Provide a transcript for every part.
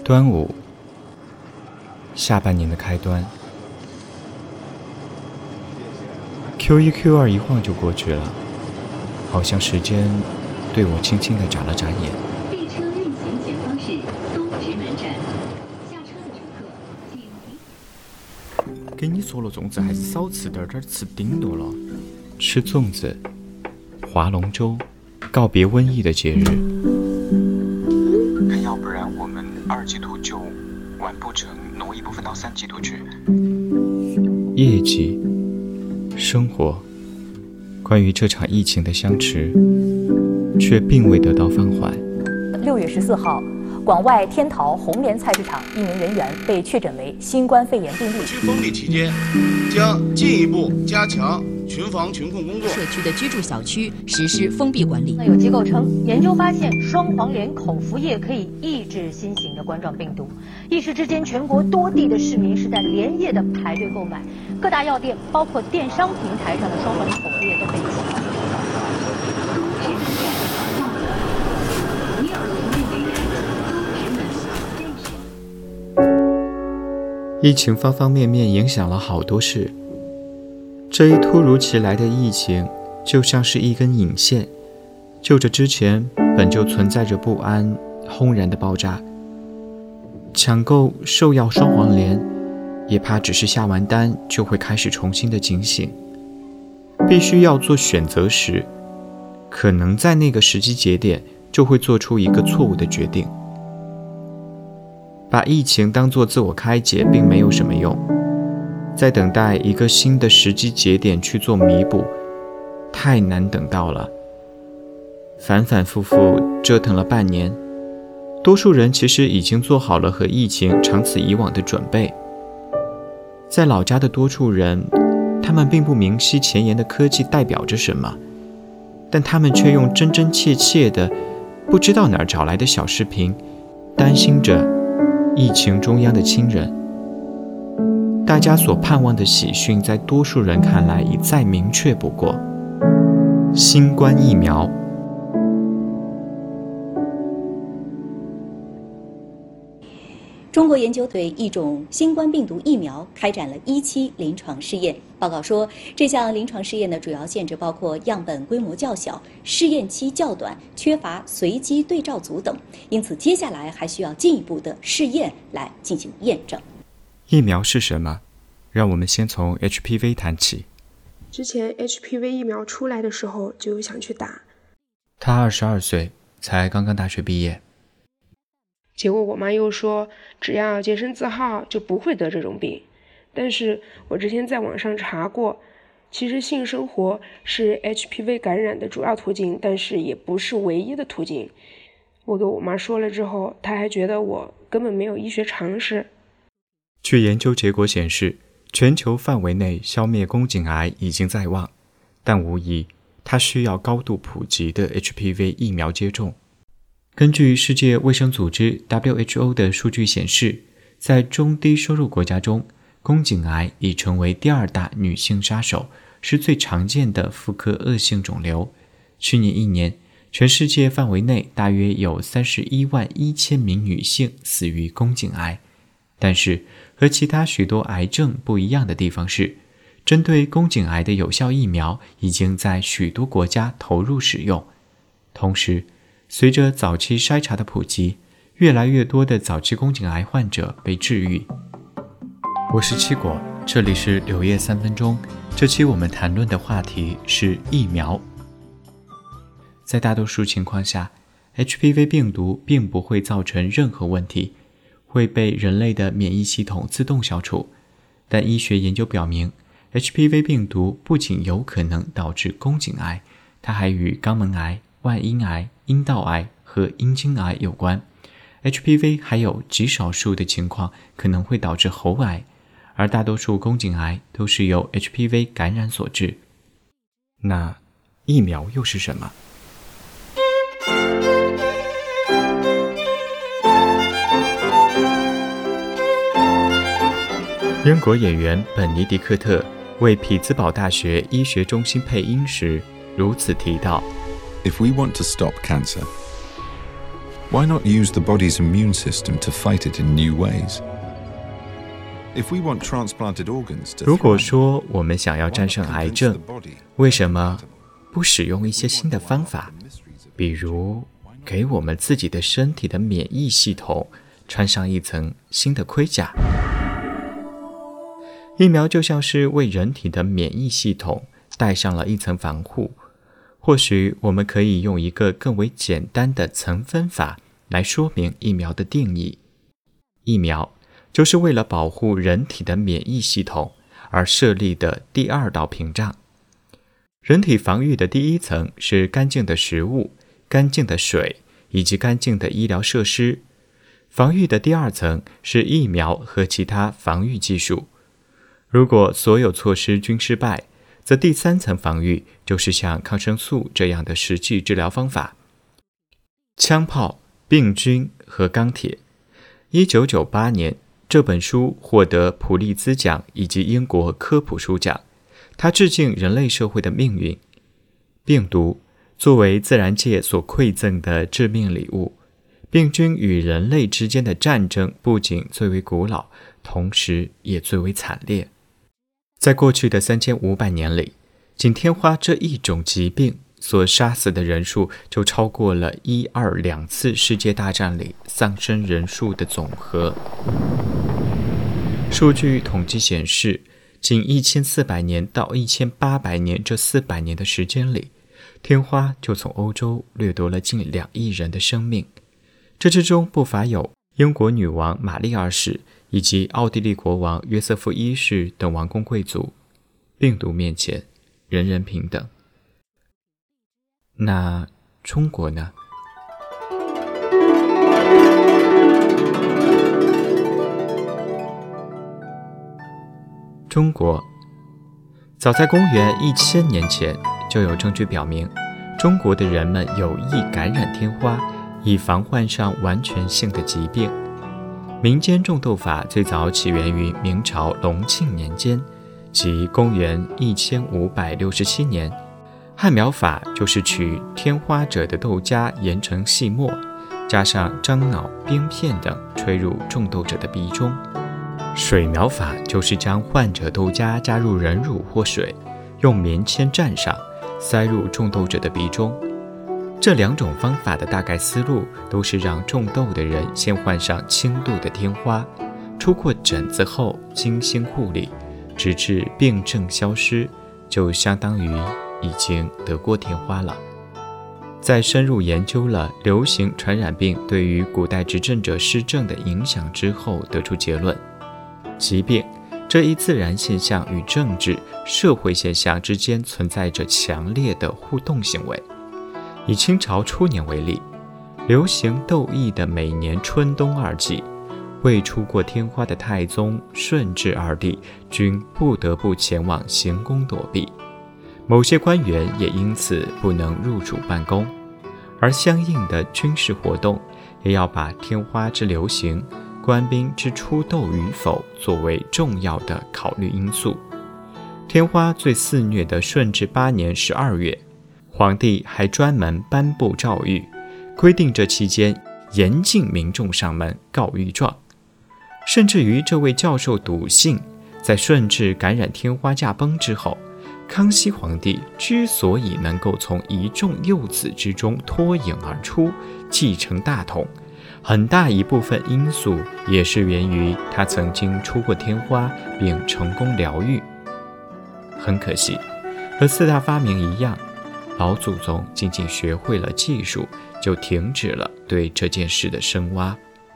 端午，下半年的开端。Q1 Q2 一晃就过去了，好像时间对我轻轻地眨了眨眼。 列车运行前方是东直门站，下车的乘客请给你说了粽子还是少吃点，这吃顶多了。吃粽子，划龙舟，告别瘟疫的节日。 看要不然我们2季度就完不成，挪一部分到3季度去。 业绩，生活，关于这场疫情的相持，却并未得到放缓。 6月14号，广外天桃红莲菜市场一名人员被确诊为新冠肺炎病例。 封闭期间，将进一步加强群防群控工作。 社区的居住小区实施封闭管理。 有机构称，研究发现双黄连口服液可以抑制新型的冠状病毒。一时之间，全国多地的市民是在连夜的排队购买，各大药店包括电商平台上的双黄连口服液都被抢。 疫情方方面面影响了好多事。这一突如其来的疫情就像是一根引线，就着之前本就存在着不安轰然的爆炸。抢购兽药双黄连，也怕只是下完单就会开始重新的警醒。必须要做选择时，可能在那个时机节点就会做出一个错误的决定。把疫情当作自我开解并没有什么用，在等待一个新的时机节点去做弥补，太难等到了。反反复复折腾了半年，多数人其实已经做好了和疫情长此以往的准备。在老家的多数人，他们并不明晰前沿的科技代表着什么，但他们却用真真切切的不知道哪儿找来的小视频，担心着疫情中央的亲人。大家所盼望的喜讯，在多数人看来已再明确不过。新冠疫苗。 中国研究对一种新冠病毒疫苗开展了1期临床试验。报告说，这项临床试验的主要限制包括样本规模较小、试验期较短、缺乏随机对照组等，因此接下来还需要进一步的试验来进行验证。 疫苗是什么？让我们先从 HPV 谈起。 之前 HPV 疫苗出来的时候就有想去打。 他22岁，才刚刚大学毕业。 结果我妈又说，只要洁身自好就不会得这种病。但是我之前在网上查过，其实性生活是 HPV 感染的主要途径，但是也不是唯一的途径。我给我妈说了之后，她还觉得我根本没有医学常识。 据研究结果显示，全球范围内消灭宫颈癌已经在望，但无疑它需要高度普及的 HPV 疫苗接种。根据世界卫生组织 WHO 的数据显示，在中低收入国家中，宫颈癌已成为第2大女性杀手，是最常见的妇科恶性肿瘤。去年1年，全世界范围内大约有31万1千名女性死于宫颈癌。但是和其他许多癌症不一样的地方是，针对宫颈癌的有效疫苗已经在许多国家投入使用。同时，随着早期筛查的普及，越来越多的早期宫颈癌患者被治愈。我是七果，这里是柳叶3分钟。这期我们谈论的话题是疫苗。在大多数情况下， HPV 病毒并不会造成任何问题，会被人类的免疫系统自动消除。但医学研究表明， HPV 病毒不仅有可能导致宫颈癌，它还与肛门癌、外阴癌、阴道癌和阴茎癌有关。 HPV 还有极少数的情况可能会导致喉癌，而大多数宫颈癌都是由 HPV 感染所致。那疫苗又是什么？英国演员本尼迪克特为匹兹堡大学医学中心配音时如此提到： If we want to stop cancer, Why not use the body's immune system to fight it in new ways? If we want transplanted organs to 如果说我们想要战胜癌症，为什么不使用一些新的方法？比如给我们自己的身体的免疫系统穿上一层新的盔甲。疫苗就像是为人体的免疫系统戴上了一层防护。或许我们可以用一个更为简单的层分法来说明疫苗的定义。疫苗就是为了保护人体的免疫系统而设立的第二道屏障。人体防御的第一层是干净的食物、干净的水以及干净的医疗设施。防御的第二层是疫苗和其他防御技术。如果所有措施均失败，则第三层防御就是像抗生素这样的实际治疗方法。枪炮、病菌和钢铁。1998年，这本书获得普利兹奖以及英国科普书奖。它致敬人类社会的命运。病毒作为自然界所馈赠的致命礼物，病菌与人类之间的战争不仅最为古老，同时也最为惨烈。在过去的3500年里，仅天花这一种疾病所杀死的人数就超过了1、2、2次世界大战里丧生人数的总和。数据统计显示，仅1400年到1800年这400年的时间里，天花就从欧洲掠夺了近2亿人的生命。这之中不乏有英国女王玛丽二世以及奥地利国王约瑟夫一世等王公贵族。病毒面前，人人平等。那中国呢？中国早在公元1000年前就有证据表明，中国的人们有意感染天花，以防患上完全性的疾病。民间种豆法最早起源于明朝隆庆年间，即公元1567年。旱苗法就是取天花者的豆荚研成细末，加上樟脑、冰片等吹入种豆者的鼻中。水苗法就是将患者豆荚加入人乳或水，用棉签蘸上，塞入种豆者的鼻中。这2种方法的大概思路都是让种豆的人先患上轻度的天花，出过疹子后精心护理，直至病症消失，就相当于已经得过天花了。在深入研究了流行传染病对于古代执政者施政的影响之后，得出结论：疾病这一自然现象与政治、社会现象之间存在着强烈的互动行为。以清朝初年为例，流行痘疫的每年春冬2季，未出过天花的太宗、顺治2帝均不得不前往行宫躲避，某些官员也因此不能入主办公，而相应的军事活动也要把天花之流行、官兵之出斗与否作为重要的考虑因素。天花最肆虐的顺治8年12月，皇帝还专门颁布诏谕，规定这期间严禁民众上门告御状。甚至于这位教授笃信，在顺治感染天花驾崩之后，康熙皇帝之所以能够从一众幼子之中脱颖而出，继承大统，很大一部分因素也是源于他曾经出过天花并成功疗愈。很可惜，和4大发明一样，老祖宗仅仅学会了技术，就停止了对这件事的深挖。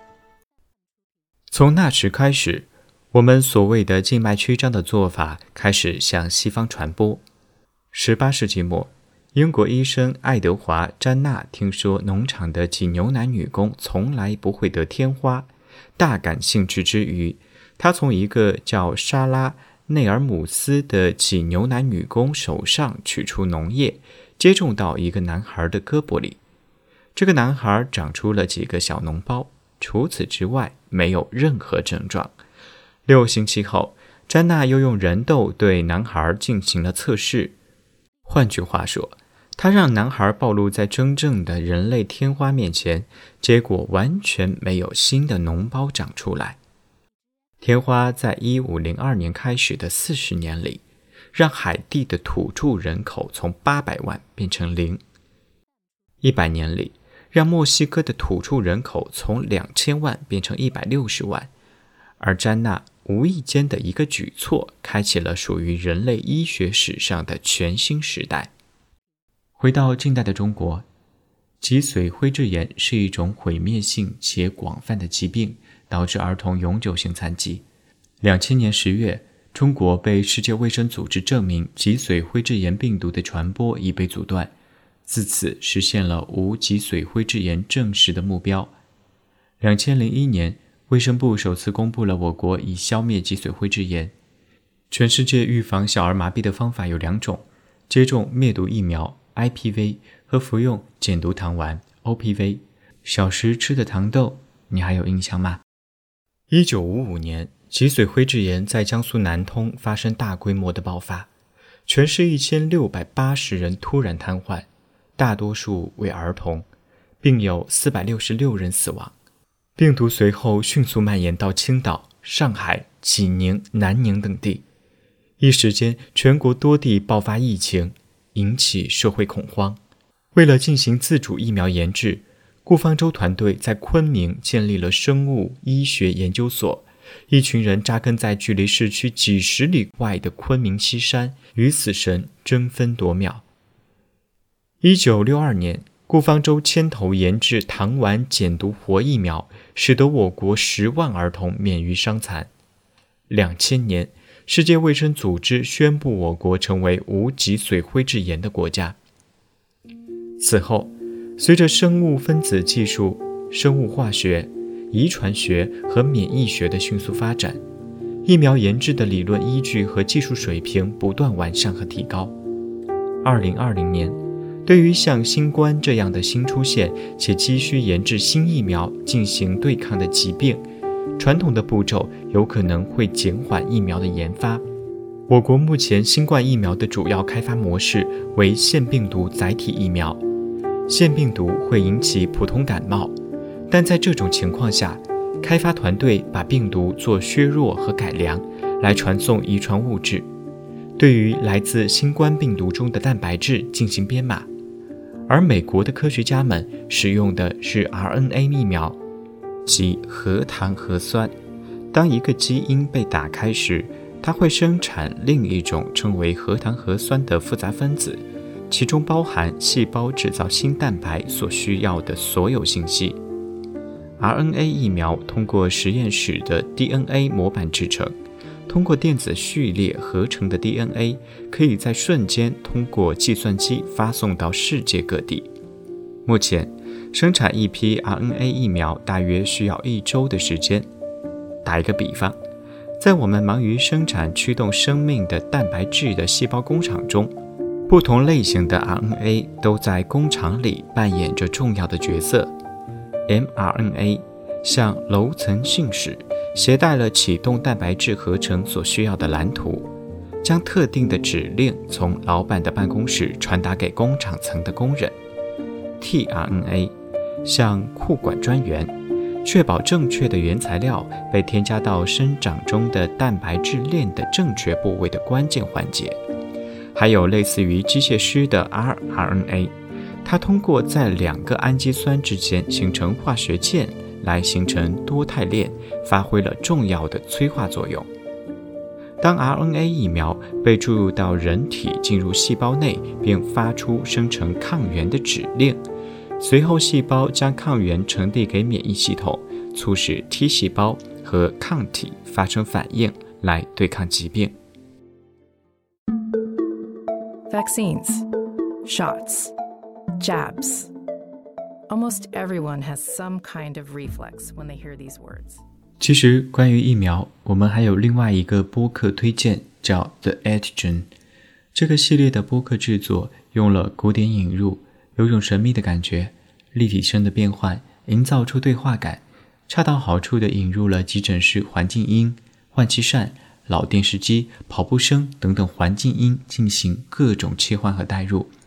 从那时开始，我们所谓的静脉曲张的做法开始向西方传播。18世纪末，英国医生爱德华·詹纳听说农场的挤牛奶女工从来不会得天花，大感兴趣之余，他从一个叫莎拉·内尔姆斯的挤牛奶女工手上取出脓液，接种到一个男孩的胳膊里。这个男孩长出了几个小脓包，除此之外没有任何症状。6星期后，詹纳又用人痘对男孩进行了测试。换句话说， 它让男孩暴露在真正的人类天花面前，结果完全没有新的脓包长出来。天花在1502年开始的40年里，让海地的土著人口从800万变成0；100年里，让墨西哥的土著人口从2000万变成160万。而詹娜无意间的一个举措，开启了属于人类医学史上的全新时代。回到近代的中国，脊髓灰质炎是一种毁灭性且广泛的疾病，导致儿童永久性残疾。2000年10月，中国被世界卫生组织证明脊髓灰质炎病毒的传播已被阻断，自此实现了无脊髓灰质炎证实的目标。2001年，卫生部首次公布了我国已消灭脊髓灰质炎。全世界预防小儿麻痹的方法有2种，接种灭毒疫苗 IPV 和服用减毒糖丸 OPV。 小时吃的糖豆，你还有印象吗？1955年，脊髓灰质炎在江苏南通发生大规模的爆发，全市1680人突然瘫痪，大多数为儿童，并有466人死亡。病毒随后迅速蔓延到青岛、上海、济宁、南宁等地，一时间全国多地爆发疫情，引起社会恐慌。为了进行自主疫苗研制，顾方舟团队在昆明建立了生物医学研究所，一群人扎根在距离市区几十里外的昆明西山，与死神争分夺秒。1962年，顾方舟牵头研制糖丸减毒活疫苗，使得我国10万儿童免于伤残。2000年，世界卫生组织宣布我国成为无脊髓灰质炎的国家。此后，随着生物分子技术、生物化学、遗传学和免疫学的迅速发展，疫苗研制的理论依据和技术水平不断完善和提高。2020年，对于像新冠这样的新出现且急需研制新疫苗进行对抗的疾病，传统的步骤有可能会减缓疫苗的研发。我国目前新冠疫苗的主要开发模式为腺病毒载体疫苗。腺病毒会引起普通感冒，但在这种情况下，开发团队把病毒做削弱和改良，来传送遗传物质，对于来自新冠病毒中的蛋白质进行编码。而美国的科学家们使用的是 RNA 疫苗，即核糖核酸。当一个基因被打开时，它会生产另一种称为核糖核酸的复杂分子，其中包含细胞制造新蛋白所需要的所有信息。RNA 疫苗通过实验室的 DNA 模板制成，通过电子序列合成的 DNA 可以在瞬间通过计算机发送到世界各地。目前，生产一批 RNA 疫苗大约需要1周的时间。打一个比方，在我们忙于生产驱动生命的蛋白质的细胞工厂中，不同类型的 RNA 都在工厂里扮演着重要的角色。mRNA 像楼层信使，携带了启动蛋白质合成所需要的蓝图，将特定的指令从老板的办公室传达给工厂层的工人。tRNA 像库管专员，确保正确的原材料被添加到生长中的蛋白质链的正确部位的关键环节。还有类似于机械师的 rRNA， 它通过在2个氨基酸之间形成化学键来形成多肽链，发挥了重要的催化作用。当 RNA 疫苗被注入到人体进入细胞内，并发出生成抗原的指令，随后细胞将抗原传递给免疫系统，促使 T 细胞和抗体发生反应来对抗疾病。 Vaccines, shots, jabs. Almost everyone has some kind of reflex when they hear these words. 其实关于疫苗，我们还有另外一个播客推荐，叫 The Antigen。 这个系列的播客制作用了古典引入，有种神秘的感觉，立体声的变换营造出对话感，恰到好处地引入了急诊室环境音、换气扇、老电视机、跑步声等等环境音进行各种切换和代入，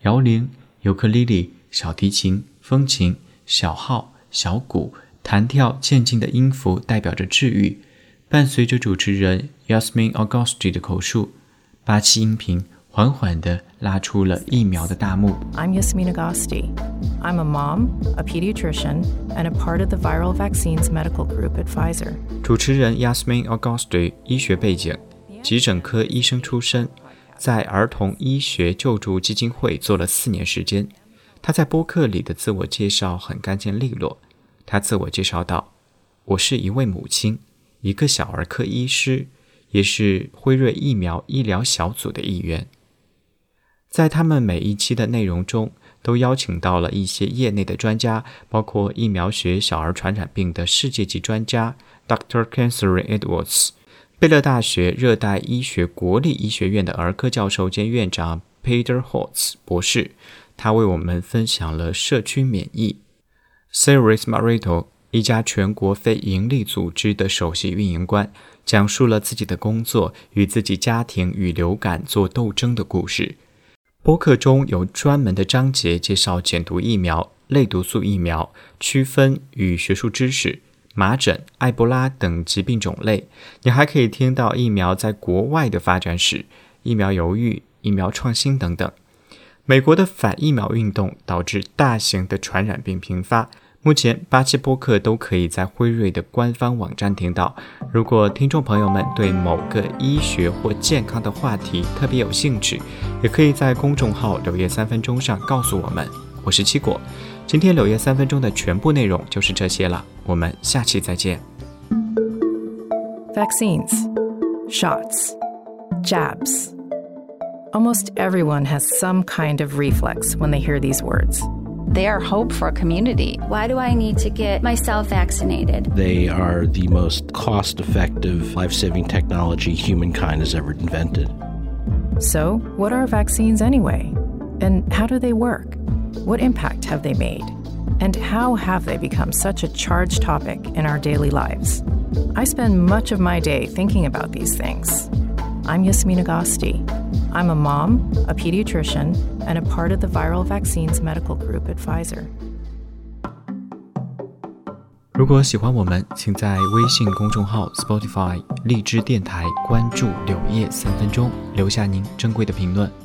摇铃、尤克里里、小提琴、风琴、小号、小鼓，弹跳渐进的音符代表着治愈。伴随着主持人 Yasmin Agosti 的口述，8期音频缓缓地拉出了疫苗的大幕。 I'm Yasmin Agosti. I'm a mom, a pediatrician, and a part of the viral vaccines medical group at Pfizer. 主持人 Yasmin Agosti 医学背景，急诊科医生出身，在儿童医学救助基金会做了4年时间。他在播客里的自我介绍很干净利落。他自我介绍道：我是一位母亲，一个小儿科医师，也是辉瑞疫苗医疗小组的一员。在他们每一期的内容中，都邀请到了一些业内的专家，包括疫苗学小儿传染病的世界级专家 Dr. Catherine Edwards， 贝勒大学热带医学国立医学院的儿科教授兼院长 Peter Holtz 博士，他为我们分享了社区免疫。Ceres Marito， 一家全国非营利组织的首席运营官，讲述了自己的工作与自己家庭与流感做斗争的故事。播客中有专门的章节介绍减毒疫苗、类毒素疫苗、区分与学术知识、麻疹、埃博拉等疾病种类。你还可以听到疫苗在国外的发展史、疫苗犹豫、疫苗创新等等。美国的反疫苗运动导致大型的传染病频发。目前8期播客都可以在辉瑞的官方网站听到。如果听众朋友们对某个医学或健康的话题特别有兴趣，也可以在公众号柳叶3分钟上告诉我们。我是七果，今天柳叶3分钟的全部内容就是这些了，我们下期再见。 Vaccines, shots, jabs. Almost everyone has some kind of reflex when they hear these words.They are hope for a community. Why do I need to get myself vaccinated? They are the most cost-effective, life-saving technology humankind has ever invented. So, what are vaccines anyway? And how do they work? What impact have they made? And how have they become such a charged topic in our daily lives? I spend much of my day thinking about these things. I'm Yasmin Agosti.I'm a mom, a pediatrician, and a part of the viral vaccines medical group at Pfizer. 如果喜欢我们，请在微信公众号 Spotify 荔枝电台关注柳叶3分钟，留下您珍贵的评论。